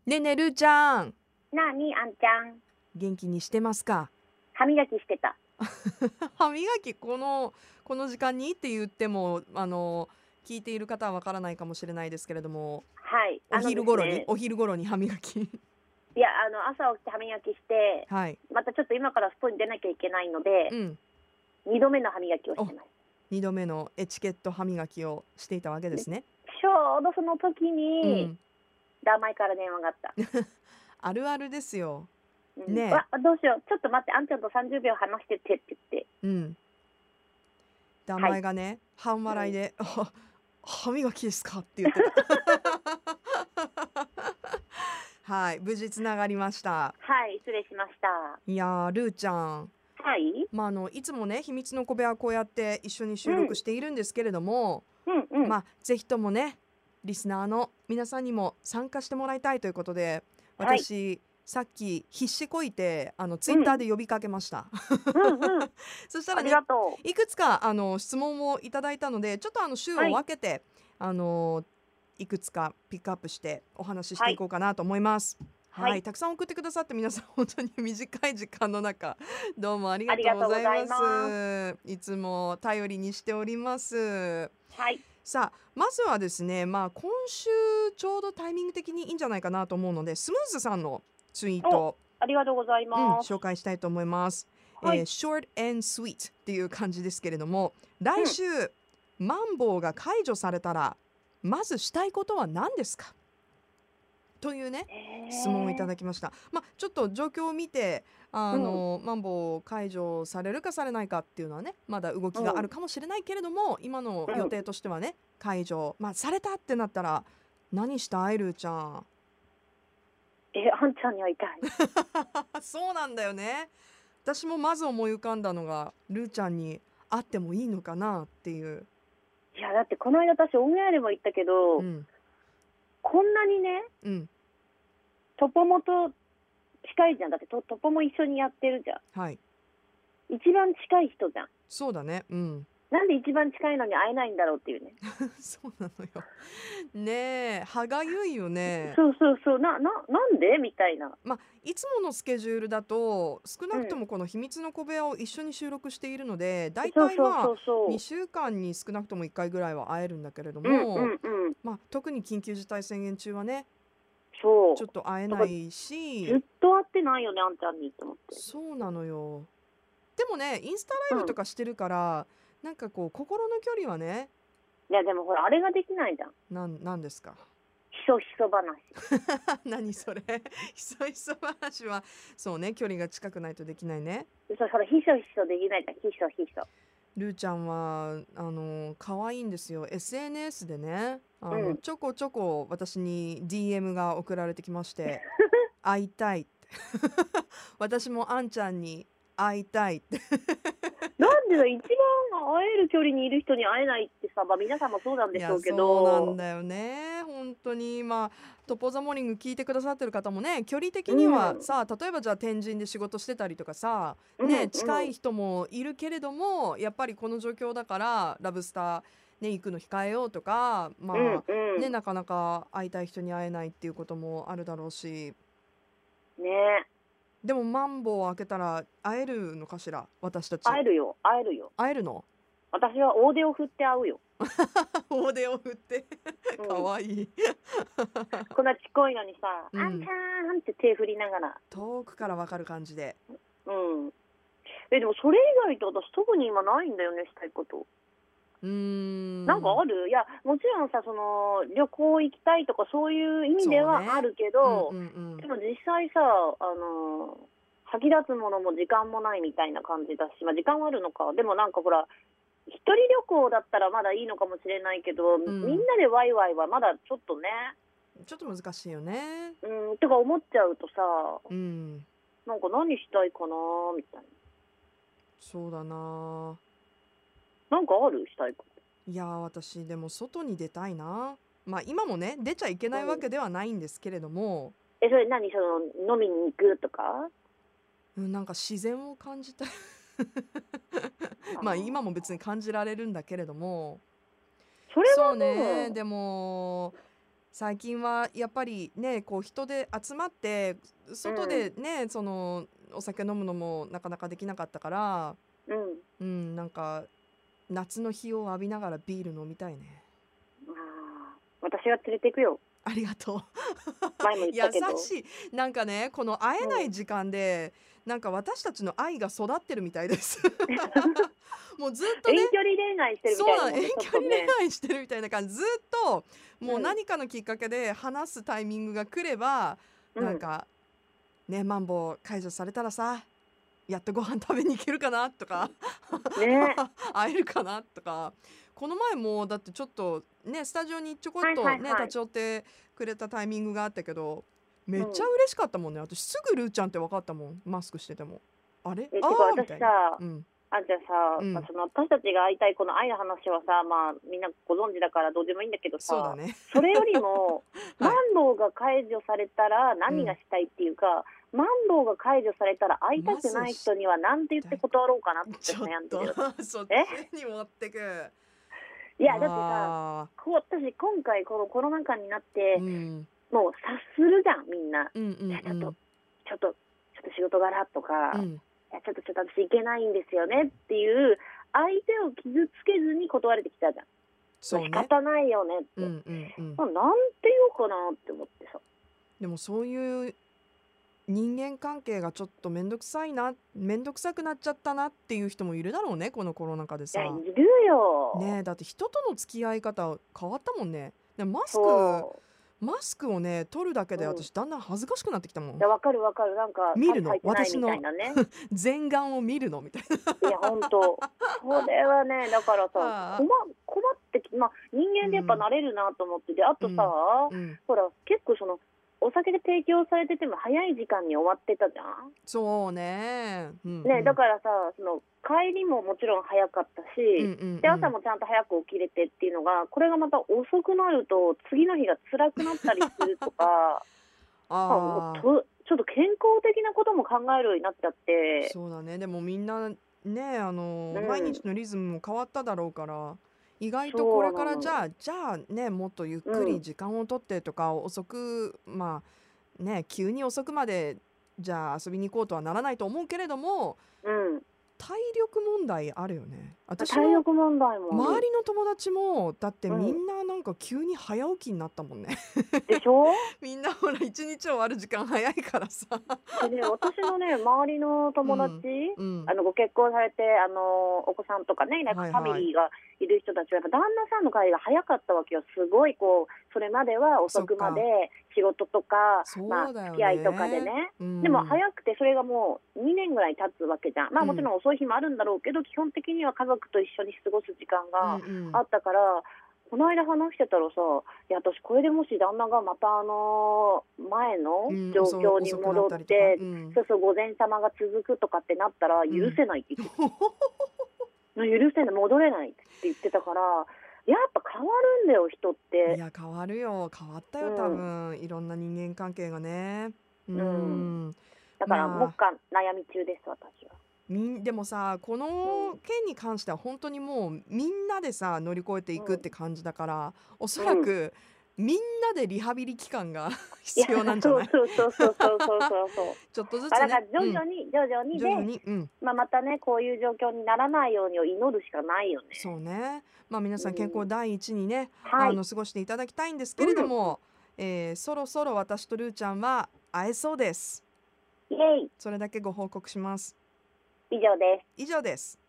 ねえねえるーちゃん、 なにあんちゃん。 元気にしてますか？ 歯磨きしてた。 歯磨きこの時間にって言っても聞いている方はわからないかもしれないですけれども、 はい。 お昼頃にですね、 お昼頃に歯磨き。 いや、朝起きて歯磨きして、 はい。 またちょっと今から外に出なきゃいけないので、 うん。 2度目の歯磨きをしお、 てます。 2度目のエチケット歯磨きをしていたわけででちすね。 ょうどその時に、 うん。 ダーマイから電話があった。 あるあるですよ。 うん、 ねどうしよう。ちょっと待って、あんちゃんと30秒話しててって言って。 え。うん。名はい。 前がね、半うん。 笑いで、歯磨きですかって言ってた。はい、無事つながりました。 はい、失礼しました。 いやー、ルーちゃん。 はい。 いつもね、秘密の小部屋こうやって一緒にうん、 収録しているんですけれども、 うん、うん。 ぜひともね、リスナーの皆さんにも参加してもらいたいということで、 はい。 私、さっき必死こいて、ツイうん、 ッターで呼びかけました。 うん、うん。 そしたありらね、 がとう。 いくつか、質問をいただいたので、ちょっと週をはい、 分けて、あの、いくつかピックアップしてお話ししていはい、 こうかなと思います。はい、 はい。 たくさん送ってくださって皆さん本当に短い時間の中、どうもありありがとうがとうございございまます。 す。いつも頼りにしております。 はい。 さあ、まずはですね、今週ちょうどタイミング的にいいんじゃないかなと思うので、スムーズさんのツイーお、 ト、 ありがとうございます。 紹介したいと思います。 はい。 short and sweet っていう感じですけれども、来うん。 週、マンボウが解除されたら、まずしたいことは何ですかというね、質問をいただきました。ちょっと状況を見て、 うん、 マンボウ解除されるかされないかっていうのはね、まだ動きがあうん、 るかもしれないけれども、今の予うん。 定としてはね、解除、されたってなったら、何したいルーちゃん。 あんちゃんに会いたい。 そうなんだよね。私もまず思い浮かんだのが、ルーちゃんに会ってもいいのかなっていう。 いや、だってこの間私オンエアでも言ったけど、 うん、 こんなにね、 うん、 トポモと近いじゃん。だってトポモ一緒にやってるじゃん。 はい。 一番近い人じゃん。 そうだね。うん。 なんで一番近いのに会えないんだろうっていうね。 そうなのよ。ねえ、歯がゆいよね。 そうそうそう。なんでみたいな。 いつものスケジュールだと少なくとうん。 もこの秘密の小部屋を一緒に収録しているので、だいそうそうそたいうそ 2週間に少なくとも1回ぐらいは会えるんだけれどう。うんも、 うんうん。 特に緊急事態宣言中はね、ちょっそう。 と会えだからずないし、 っと会ってないよね、あんちゃんにと思って。 そうなのよ。でもね、インスタライブとうん。 かしてるから、なんかこう心の距離はね、 いや、でもほら、あれができないじゃん。 なんですか。 ひそひそ話。 何それ。ひそひそ話は、そうね、距離が近くないとできないね。 ほら、ひそひそできないじゃん。ひそひそ。 ルーちゃんは可愛いんですよ。SNS でね、 うん。 ちょこちょこ私に DM が送られてきまして、会いたいって。私もあんちゃんに会いたいって。 なんでだ、一番会える距離にいる人に会えないってさ、皆さんもそうなんいや、 でしょうけそうなんど、 だよね。本当に、トポザモーニング聞いてくださってる方もね、距離的うにはん、 さ、例えばじゃあ天神で仕事してたりとかさ、 うん、 ね、 うん、 近い人もいるけれども、やっぱりこの状況だからラブスター、ね、行くの控えようとか、 うん、うね、 ん。 なかなか会いたい人に会えないっていうこともあるだろうし、 ねえ。 でもマンボウを開けたら会えるのかしら、私たち。 会えるよ、会えるよ。 会えるの？ 私は大手を振って会うよ。 大手を振って。 うかん。 わいい。 こんなちっこいのにさ、あんちうん。 ゃんって手振りながら。 遠くからわかる感じで。 うん。でもそれ以外と私特に今ないんだよね、したいこと。 うーなんかん。 ある？いや、もちろんさ、その、旅行行きたいとかそういう意味でそうね。 はあるけうんど、 うんうん。 でも実際さ、吐き出すものも時間もないみたいな感じだし、時間はあるのか。でもなんかほら、一人旅行だったらまだいいのかもしれないけど、みんうん。 なでワイワイはまだちょっとね、 ちょっと難しいよね。 とか思っちゃうとさ、 うん。 なんか何したいかなみたいそうだな。 な。なんかある？したいこいやー、私でも外に出たいな。今もね、出ちゃいけと。 ないわけではないんですけれども、 それ何？その、飲みに行くとか？ なんか自然を感じたい。 あ今も別に感じられるんだけれども、 それそうはね、 もでも、 最近はやっぱりね、こう人で集まって外でね、そのお酒飲むのもなかなかできなかったから、 うん。 なんか夏の日を浴びながらビール飲みたいね。 私が連れて行くよ。 ありがとう。 前も言っ優たけど。 しい。なんかね、この会えない時間で、なんか私たちの愛が育ってるみたいです。もうずっとね、 遠距離恋愛してるみそうなの、 たいなもんね、ちょっ遠距離とね。 恋愛してるみたいな感じ、ずっともううん。 何かのきっかけで話すタイミングが来れば、 うん。 なんかね、マンボウ解除されたらさ、やっとご飯食べに行けるかなとか、 ね。 会えるかなとか、この前もだってちょっとね、スタジオにちょこっはいはとね、 いはい。 立ち寄ってくれたタイミングがあったけど、めうん。 っちゃ嬉しかったもんね。私すぐルーちゃんって分かったもん、マスクしてても。あれあてかみたいな。 私さ、 うん。 じゃあさ、 うん。 その私たちが会いたいこの愛の話はさ、みんなご存知だからどうでもいいんだけどさ、 そうだね。 それよりも、マはい。 ンボウが解除されたらうん。 何がしたいっていうか、マンボウが解除されたら会いたまくないずし人には何て言ってたい。 断ろうかなってちょっと悩んでるよ。 そっえちに持ってく。 いや、だってさ、 ああ、 私今回このコロナ禍になって、 うん。 もう察するじゃん、みんな。 うんうんいや、 うん。 ちょっと、ちょっと仕事柄とか、 うん。 いや、ちょっと私行けないんですよねっていう、相手を傷つけずに断れてきたじゃん。仕そうね。 方ないよねって。 うんうんうん。 なんて言おうかなって思ってさ。 でもそういう人間関係がちょっとめんどくさくなっちゃったなっていう人もいるだろうね、このコロナ禍でいや、いさ。 るよ。 ねえ、だって人との付き合い方変わったもんね。でもそマスクをね、取るだけう。うん。いで私だんだん恥ずかしくなってきたもん。 や、わかるわかる。なんか、 見るの、 パンツ履いてないみたい私のなね。 前顔を見るのみたいいや、ほんと。それはね、だからさ、 な。ああ、 困って人間でやっぱうん、 慣れるなと思ってて、あとさ、 うん、うん。 ほら、結構お酒で提供されてても早い時間に終わってたじゃん。 そうね。うん、うね、だん。 からさ、帰りももちろん早かったうん、うし、 ん、 で、 うん。 朝もちゃんと早く起きれてっていうのが、これがまた遅くなると、次の日が辛くなったりするとか、もうああ、 ちょっと健康的なことも考えるようになっちゃって、 そうだね。でもみんなね、毎うん、 日のリズムも変わっただろうから、意外とこれからそうなのよ。 じゃあね、もっとゆっうん、 くり時間をとってとか、急に遅くまでじゃあ遊びに行こうとはならないと思うけれども、 うん。 体力問題あるよね。私の体力問題もある。 周りの友達も、だってうん。 みんななんか急に早起きになったもんね。 でしょ？ みんなほら一日終わる時間早いからさ。 でね、私のね、周りの友達、 うん、うん。 ご結婚されて、お子さんとかね、なんかファミはいはい。 リーがいる人たちは、やっぱ旦那さんの帰りが早かったわけよ。すごいそれまでは遅くまでそっか。 仕事とか、 そうだよ付き合いとかでね。 ね。 うでもん。 早くてそれがもう2年ぐらい経つわけじゃん。もちうん。 ろん遅い日もあるんだろうけど、基本的には家族と一緒に過ごす時間うんうがあん。 ったから、この間話してたらさ、いや、私これでもし旦那がまた前のうん、 状況に遅くなっ戻ったりとか。 て、 うん。 そうそう、午前様が続くとかってなったらうん。 許せないって言ってた。許せない、戻れないって言ってたから、やっぱ変わるんだよ、人って。 いや、変わるよ。変わったよ、多うん、 分。いろんな人間関係がね。ううん。 ん。 だから、目まあ、 下悩み中です、私は。 でもさ、こうん、 の件に関しては本当にもうみんなでさ、乗り越えていくっうん、 て感じだから、おそらうん。 くみんなでリハビリ期間がいや、 必要なんじゃない？ そうそうそうそうそうそうそうそう。 ちょっとずだからつね。うん。 徐々にで、 徐々に、うん。 またね、こういう状況にならないようにを祈るしかないよね。 そうね。皆さん健うん。 康第一にね、 はい。 過ごしていただきたいんですけれどうん。 も、そろそろ私とルーちゃんは会えそうです。 イェイ。 それだけご報告します。 以上です。 以上です。